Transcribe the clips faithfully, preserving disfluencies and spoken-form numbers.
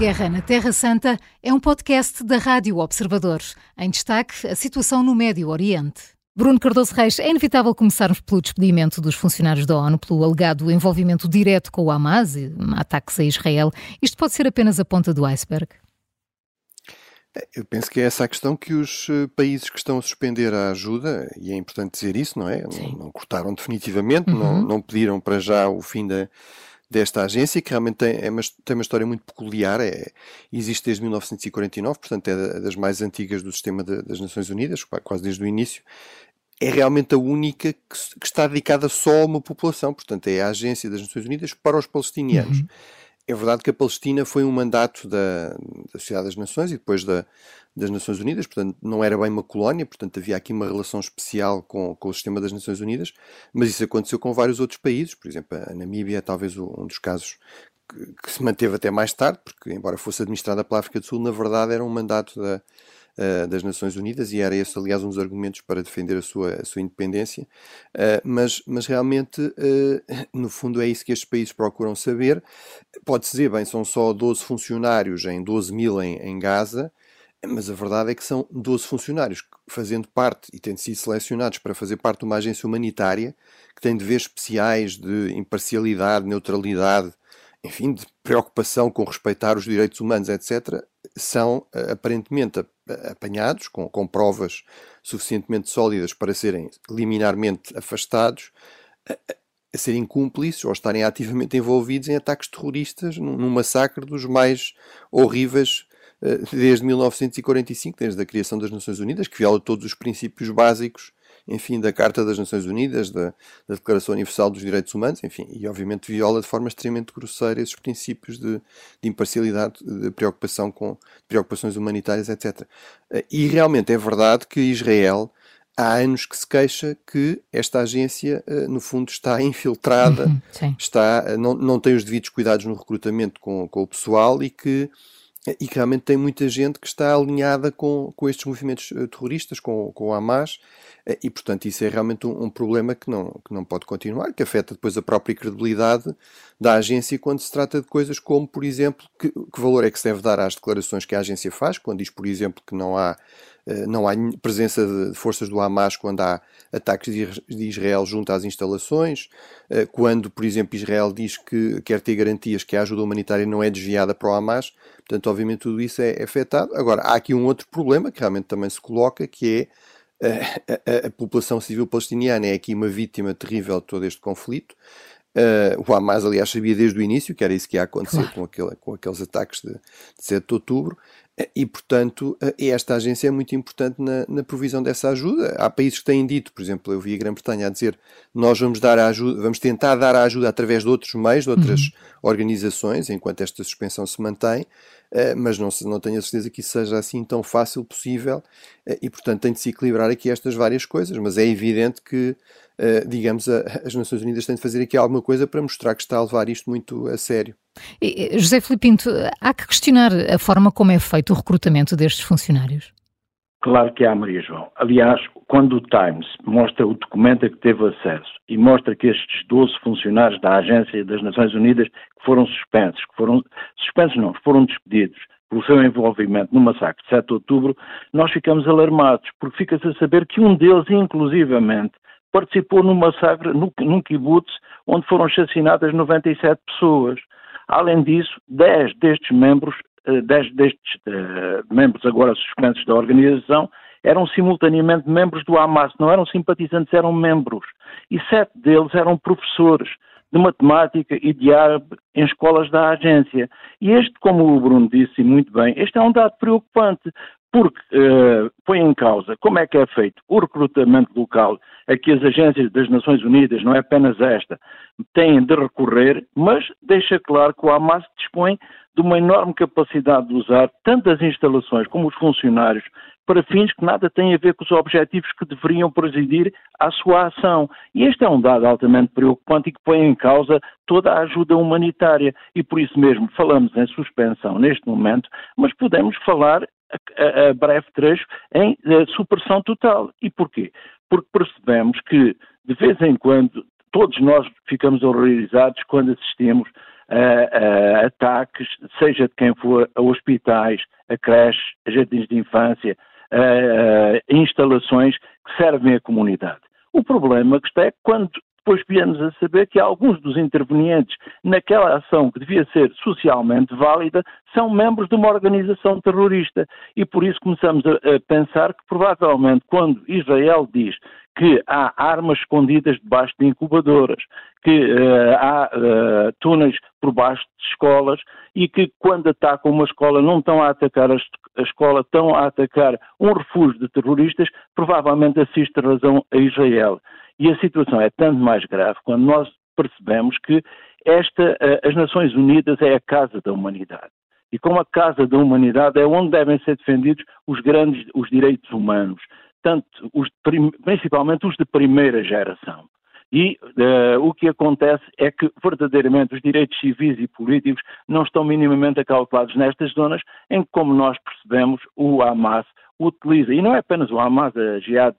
Guerra na Terra Santa é um podcast da Rádio Observador. Em destaque, a situação no Médio Oriente. Bruno Cardoso Reis, é inevitável começarmos pelo despedimento dos funcionários da ONU pelo alegado envolvimento direto com o Hamas e ataques a Israel. Isto pode ser apenas a ponta do iceberg? Eu penso que é essa a questão que os países que estão a suspender a ajuda, e é importante dizer isso, não é? Não, não cortaram definitivamente, uhum. não, não pediram para já o fim da, desta agência, que realmente tem, é uma, tem uma história muito peculiar, é, existe desde mil novecentos e quarenta e nove, portanto é das mais antigas do sistema de, das Nações Unidas, quase desde o início. É realmente a única que, que está dedicada só a uma população, portanto é a Agência das Nações Unidas para os palestinianos. Uhum. É verdade que a Palestina foi um mandato da, da Sociedade das Nações e depois da, das Nações Unidas, portanto não era bem uma colónia, portanto havia aqui uma relação especial com, com o sistema das Nações Unidas, mas isso aconteceu com vários outros países, por exemplo a Namíbia é talvez um dos casos que, que se manteve até mais tarde, porque embora fosse administrada pela África do Sul, na verdade era um mandato da Uh, das Nações Unidas, e era esse, aliás, um dos argumentos para defender a sua, a sua independência, uh, mas, mas realmente, uh, no fundo, é isso que estes países procuram saber. Pode-se dizer, bem, são só doze funcionários em doze mil em, em Gaza, mas a verdade é que são doze funcionários fazendo parte e tendo sido selecionados para fazer parte de uma agência humanitária que tem deveres especiais de imparcialidade, neutralidade, enfim, de preocupação com respeitar os direitos humanos, etcétera, são aparentemente apanhados com, com provas suficientemente sólidas para serem liminarmente afastados, a, a serem cúmplices ou estarem ativamente envolvidos em ataques terroristas num, num massacre dos mais horríveis uh, desde mil novecentos e quarenta e cinco, desde a criação das Nações Unidas, que viola todos os princípios básicos, enfim, da Carta das Nações Unidas, da, da Declaração Universal dos Direitos Humanos, enfim, e obviamente viola de forma extremamente grosseira esses princípios de, de imparcialidade, de preocupação com de preocupações humanitárias, etcétera. E realmente é verdade que Israel há anos que se queixa que esta agência, no fundo, está infiltrada, uhum, está, não, não tem os devidos cuidados no recrutamento com, com o pessoal e que e que realmente tem muita gente que está alinhada com, com estes movimentos terroristas, com, com o Hamas, e portanto isso é realmente um, um problema que não, que não pode continuar, que afeta depois a própria credibilidade da agência quando se trata de coisas como, por exemplo, que, que valor é que se deve dar às declarações que a agência faz, quando diz, por exemplo, que não há não há presença de forças do Hamas quando há ataques de Israel junto às instalações, quando, por exemplo, Israel diz que quer ter garantias que a ajuda humanitária não é desviada para o Hamas, portanto, obviamente tudo isso é afetado. Agora, há aqui um outro problema que realmente também se coloca, que é a, a, a população civil palestiniana é aqui uma vítima terrível de todo este conflito. Uh, o Hamas, aliás, sabia desde o início que era isso que ia acontecer, claro, com, aquele, com aqueles ataques de, de sete de outubro, uh, e, portanto, uh, esta agência é muito importante na, na provisão dessa ajuda. Há países que têm dito, por exemplo, eu vi a Grã-Bretanha a dizer nós vamos dar a ajuda, vamos tentar dar a ajuda através de outros meios, de outras uhum. organizações, enquanto esta suspensão se mantém, uh, mas não, não tenho a certeza que isso seja assim tão fácil possível, uh, e, portanto, tem de se equilibrar aqui estas várias coisas, mas é evidente que Uh, digamos, a, as Nações Unidas têm de fazer aqui alguma coisa para mostrar que está a levar isto muito a sério. E, José Filipe Pinto, há que questionar a forma como é feito o recrutamento destes funcionários? Claro que há, Maria João. Aliás, quando o Times mostra o documento a que teve acesso e mostra que estes doze funcionários da Agência das Nações Unidas que foram suspensos, que foram suspensos não, foram despedidos pelo seu envolvimento no massacre de sete de outubro, nós ficamos alarmados, porque fica-se a saber que um deles, inclusivamente, participou num massacre no, num kibbutz onde foram assassinadas noventa e sete pessoas. Além disso, dez destes membros, dez destes uh, membros agora suspensos da organização, eram simultaneamente membros do Hamas, não eram simpatizantes, eram membros. E sete deles eram professores de matemática e de árabe em escolas da agência. E este, como o Bruno disse muito bem, este é um dado preocupante, porque uh, põe em causa como é que é feito o recrutamento local a que as agências das Nações Unidas, não é apenas esta, têm de recorrer, mas deixa claro que o Hamas dispõe de uma enorme capacidade de usar tanto as instalações como os funcionários para fins que nada têm a ver com os objetivos que deveriam presidir à sua ação. E este é um dado altamente preocupante e que põe em causa toda a ajuda humanitária. E por isso mesmo falamos em suspensão neste momento, mas podemos falar a, a breve trecho em a, supressão total. E porquê? Porque percebemos que, de vez em quando, todos nós ficamos horrorizados quando assistimos uh, uh, ataques, seja de quem for, a hospitais, a creches, a jardins de infância, a uh, uh, instalações que servem à comunidade. O problema que está é que quando depois viemos a saber que alguns dos intervenientes naquela ação que devia ser socialmente válida são membros de uma organização terrorista e por isso começamos a, a pensar que provavelmente quando Israel diz que há armas escondidas debaixo de incubadoras, que uh, há uh, túneis por baixo de escolas e que quando atacam uma escola não estão a atacar a, a escola, estão a atacar um refúgio de terroristas, provavelmente assiste razão a Israel. E a situação é tanto mais grave quando nós percebemos que esta, as Nações Unidas é a casa da humanidade. E como a casa da humanidade é onde devem ser defendidos os grandes, os direitos humanos, tanto os de, principalmente os de primeira geração. E uh, o que acontece é que verdadeiramente os direitos civis e políticos não estão minimamente acautelados nestas zonas em que, como nós percebemos, o Hamas utiliza, e não é apenas o Hamas, a Jihad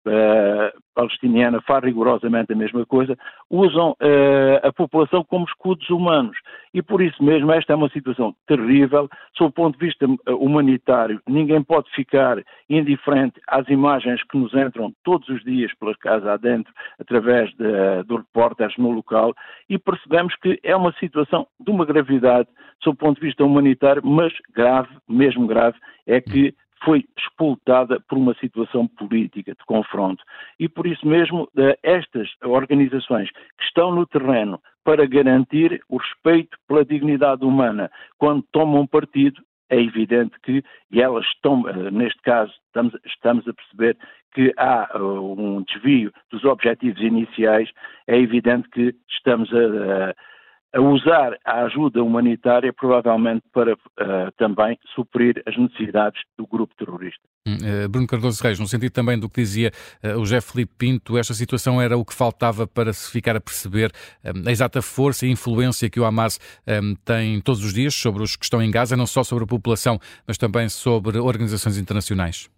uh, palestiniana faz rigorosamente a mesma coisa, usam uh, a população como escudos humanos. E por isso mesmo esta é uma situação terrível, sob o ponto de vista humanitário. Ninguém pode ficar indiferente às imagens que nos entram todos os dias pelas casas adentro, através de, de repórteres no local, e percebemos que é uma situação de uma gravidade, sob o ponto de vista humanitário, mas grave, mesmo grave, é que foi expultada por uma situação política de confronto. E por isso mesmo, estas organizações que estão no terreno para garantir o respeito pela dignidade humana, quando tomam partido, é evidente que, e elas estão, neste caso, estamos, estamos a perceber que há um desvio dos objetivos iniciais, é evidente que estamos a, a a usar a ajuda humanitária provavelmente para uh, também suprir as necessidades do grupo terrorista. Uh, Bruno Cardoso Reis, no sentido também do que dizia uh, o José Filipe Pinto, esta situação era o que faltava para se ficar a perceber um, a exata força e influência que o Hamas um, tem todos os dias sobre os que estão em Gaza, não só sobre a população, mas também sobre organizações internacionais.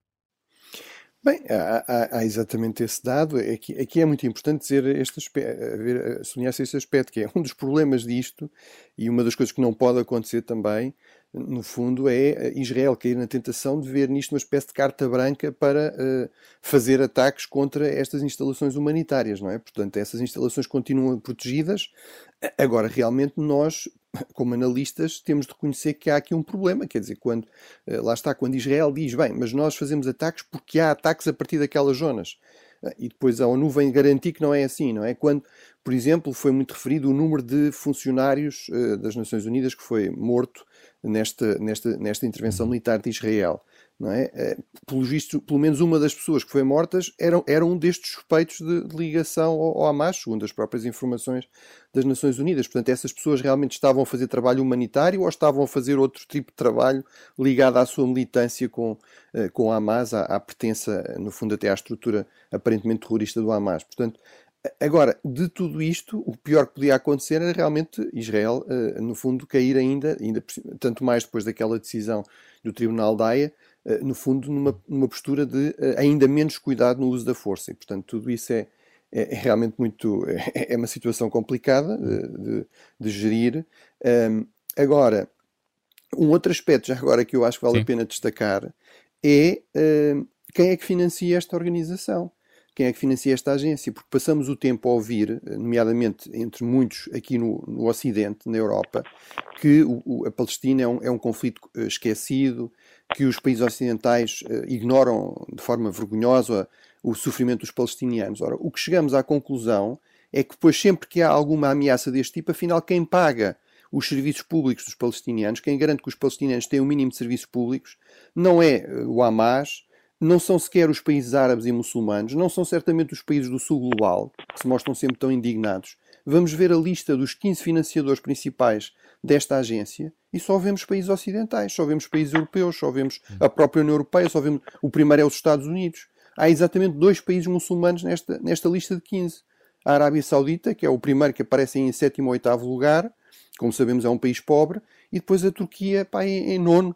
Bem, há, há, há exatamente esse dado. Aqui, aqui é muito importante dizer este aspecto, sublinhar-se este aspecto, que é um dos problemas disto, e uma das coisas que não pode acontecer também, no fundo, é Israel cair na tentação de ver nisto uma espécie de carta branca para uh, fazer ataques contra estas instalações humanitárias, não é? Portanto, essas instalações continuam protegidas. Agora, realmente, nós, como analistas, temos de reconhecer que há aqui um problema. Quer dizer, quando, uh, lá está, quando Israel diz, bem, mas nós fazemos ataques porque há ataques a partir daquelas zonas. E depois a ONU vem garantir que não é assim, não é? Quando, por exemplo, foi muito referido o número de funcionários uh, das Nações Unidas que foi morto nesta, nesta, nesta intervenção militar de Israel, não é? Uh, pelo visto, pelo menos uma das pessoas que foi mortas era, era um destes suspeitos de, de ligação ao, ao Hamas, segundo as próprias informações das Nações Unidas. Portanto, essas pessoas realmente estavam a fazer trabalho humanitário ou estavam a fazer outro tipo de trabalho ligado à sua militância com, uh, com o Hamas, à, à pertença, no fundo, até à estrutura aparentemente terrorista do Hamas. Portanto, agora, de tudo isto, o pior que podia acontecer era realmente Israel, uh, no fundo, cair ainda, ainda, tanto mais depois daquela decisão do Tribunal da Haia, uh, no fundo, numa, numa postura de uh, ainda menos cuidado no uso da força. E, portanto, tudo isso é, é, é realmente muito... É, é uma situação complicada de, de, de gerir. Um, agora, um outro aspecto, já agora, que eu acho que vale Sim. a pena destacar, é uh, quem é que financia esta organização. Quem é que financia esta agência? Porque passamos o tempo a ouvir, nomeadamente entre muitos aqui no, no Ocidente, na Europa, que o, o, a Palestina é um, é um conflito uh, esquecido, que os países ocidentais uh, ignoram de forma vergonhosa o sofrimento dos palestinianos. Ora, o que chegamos à conclusão é que depois, sempre que há alguma ameaça deste tipo, afinal, quem paga os serviços públicos dos palestinianos, quem garante que os palestinianos têm o mínimo de serviços públicos, não é uh, o Hamas, não são sequer os países árabes e muçulmanos, não são certamente os países do sul global, que se mostram sempre tão indignados. Vamos ver a lista dos quinze financiadores principais desta agência e só vemos países ocidentais, só vemos países europeus, só vemos a própria União Europeia, só vemos... o primeiro é os Estados Unidos. Há exatamente dois países muçulmanos nesta, nesta lista de quinze. A Arábia Saudita, que é o primeiro que aparece em sétimo ou oitavo lugar, como sabemos é um país pobre, e depois a Turquia, pá, em, em nono.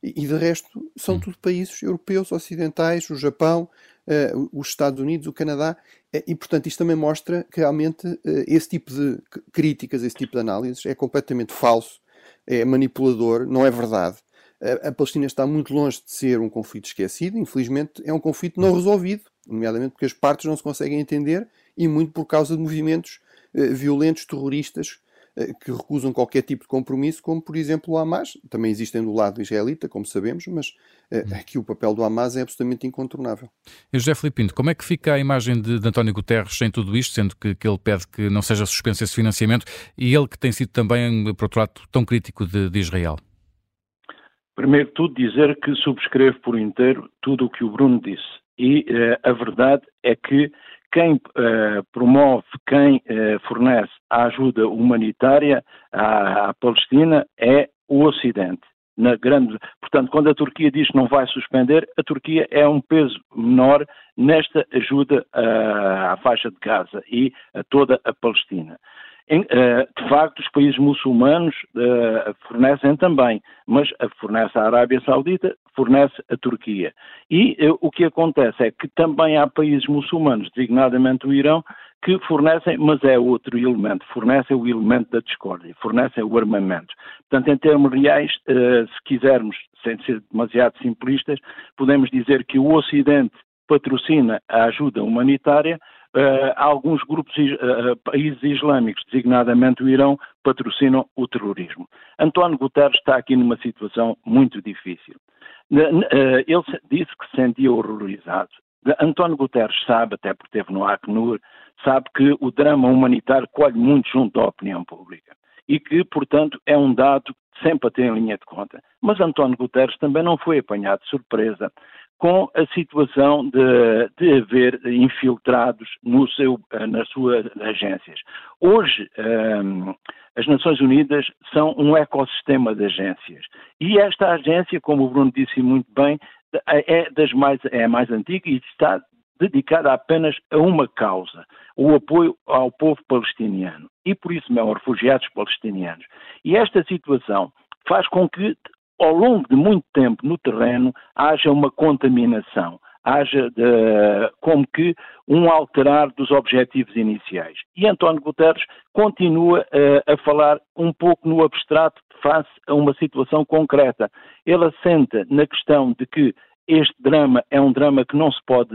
E, e de resto, são tudo países europeus, ocidentais, o Japão, uh, os Estados Unidos, o Canadá, uh, e, portanto, isto também mostra que realmente uh, esse tipo de críticas, esse tipo de análises é completamente falso, é manipulador, não é verdade. A Palestina está muito longe de ser um conflito esquecido, infelizmente é um conflito não resolvido, nomeadamente porque as partes não se conseguem entender e muito por causa de movimentos eh, violentos, terroristas, eh, que recusam qualquer tipo de compromisso, como por exemplo o Hamas. Também existem do lado israelita, como sabemos, mas eh, aqui o papel do Hamas é absolutamente incontornável. E José Filipe Pinto, como é que fica a imagem de, de António Guterres em tudo isto, sendo que, que ele pede que não seja suspenso esse financiamento, e ele que tem sido também, por outro lado, tão crítico de, de Israel? Primeiro de tudo, dizer que subscrevo por inteiro tudo o que o Bruno disse. E eh, a verdade é que quem eh, promove, quem eh, fornece a ajuda humanitária à, à Palestina é o Ocidente. Na grande, portanto, quando a Turquia diz que não vai suspender, a Turquia é um peso menor nesta ajuda à, à faixa de Gaza e a toda a Palestina. Em, de facto, os países muçulmanos uh, fornecem também, mas fornece a Arábia Saudita, fornece a Turquia. E uh, o que acontece é que também há países muçulmanos, designadamente o Irão, que fornecem, mas é outro elemento, fornecem o elemento da discórdia, fornecem o armamento. Portanto, em termos reais, uh, se quisermos, sem ser demasiado simplistas, podemos dizer que o Ocidente patrocina a ajuda humanitária. Uh, alguns grupos, uh, países islâmicos, designadamente o Irão, patrocinam o terrorismo. António Guterres está aqui numa situação muito difícil. Uh, uh, ele disse que se sentia horrorizado. António Guterres sabe, até porque esteve no Acnur, sabe que o drama humanitário colhe muito junto à opinião pública e que, portanto, é um dado sempre a ter em linha de conta. Mas António Guterres também não foi apanhado de surpresa com a situação de, de haver infiltrados no seu, nas suas agências. Hoje, um, as Nações Unidas são um ecossistema de agências. E esta agência, como o Bruno disse muito bem, é, das mais, é a mais antiga e está dedicada apenas a uma causa, o apoio ao povo palestiniano. E por isso mesmo, aos refugiados palestinianos. E esta situação faz com que, ao longo de muito tempo no terreno, haja uma contaminação, haja de, como que um alterar dos objetivos iniciais. E António Guterres continua uh, a falar um pouco no abstrato face a uma situação concreta. Ele assenta na questão de que este drama é um drama que não se pode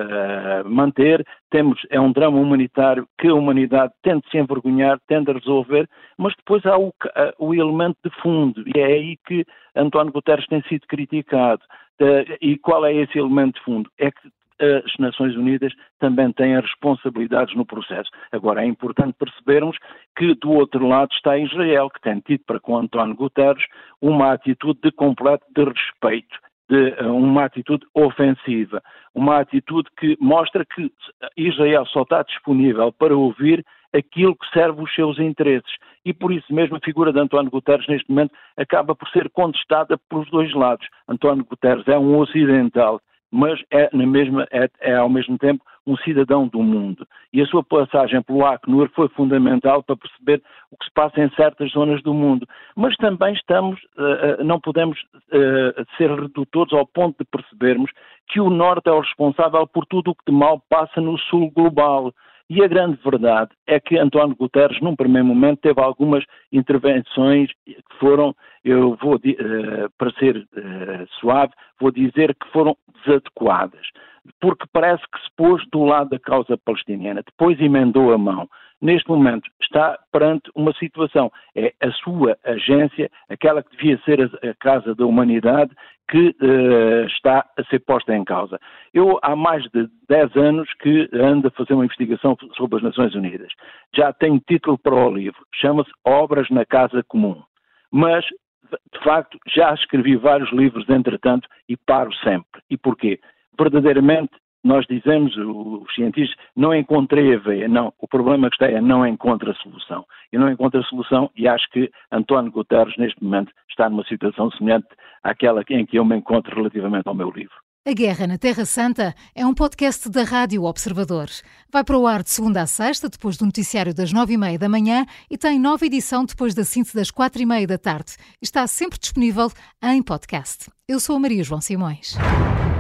uh, manter, temos, é um drama humanitário que a humanidade tende a se envergonhar, tende a resolver, mas depois há o, o elemento de fundo, e é aí que António Guterres tem sido criticado. Uh, e qual é esse elemento de fundo? É que as Nações Unidas também têm responsabilidades no processo. Agora, é importante percebermos que do outro lado está Israel, que tem tido para com António Guterres uma atitude de completo de respeito, de uma atitude ofensiva, uma atitude que mostra que Israel só está disponível para ouvir aquilo que serve os seus interesses. E por isso mesmo a figura de António Guterres neste momento acaba por ser contestada pelos dois lados. António Guterres é um ocidental, mas é, na mesma, é, é ao mesmo tempo um cidadão do mundo. E a sua passagem pelo Acnur foi fundamental para perceber o que se passa em certas zonas do mundo. Mas também estamos, uh, não podemos uh, ser redutores ao ponto de percebermos que o Norte é o responsável por tudo o que de mal passa no Sul global. E a grande verdade é que António Guterres, num primeiro momento, teve algumas intervenções que foram, eu vou, uh, para ser uh, suave, vou dizer que foram desadequadas, porque parece que se pôs do lado da causa palestiniana, depois emendou a mão. Neste momento está perante uma situação, é a sua agência, aquela que devia ser a, a Casa da Humanidade, que uh, está a ser posta em causa. Eu há mais de dez anos que ando a fazer uma investigação sobre as Nações Unidas. Já tenho título para o livro, chama-se Obras na Casa Comum. Mas, de facto, já escrevi vários livros, entretanto, e paro sempre. E porquê? Verdadeiramente, nós dizemos, os cientistas, não encontrei a veia. Não, o problema que está é não encontra a solução. Eu não encontro a solução e acho que António Guterres, neste momento, está numa situação semelhante àquela em que eu me encontro relativamente ao meu livro. A Guerra na Terra Santa é um podcast da Rádio Observador. Vai para o ar de segunda a sexta, depois do noticiário das nove e meia da manhã, e tem nova edição depois da síntese das quatro e meia da tarde. Está sempre disponível em podcast. Eu sou a Maria João Simões.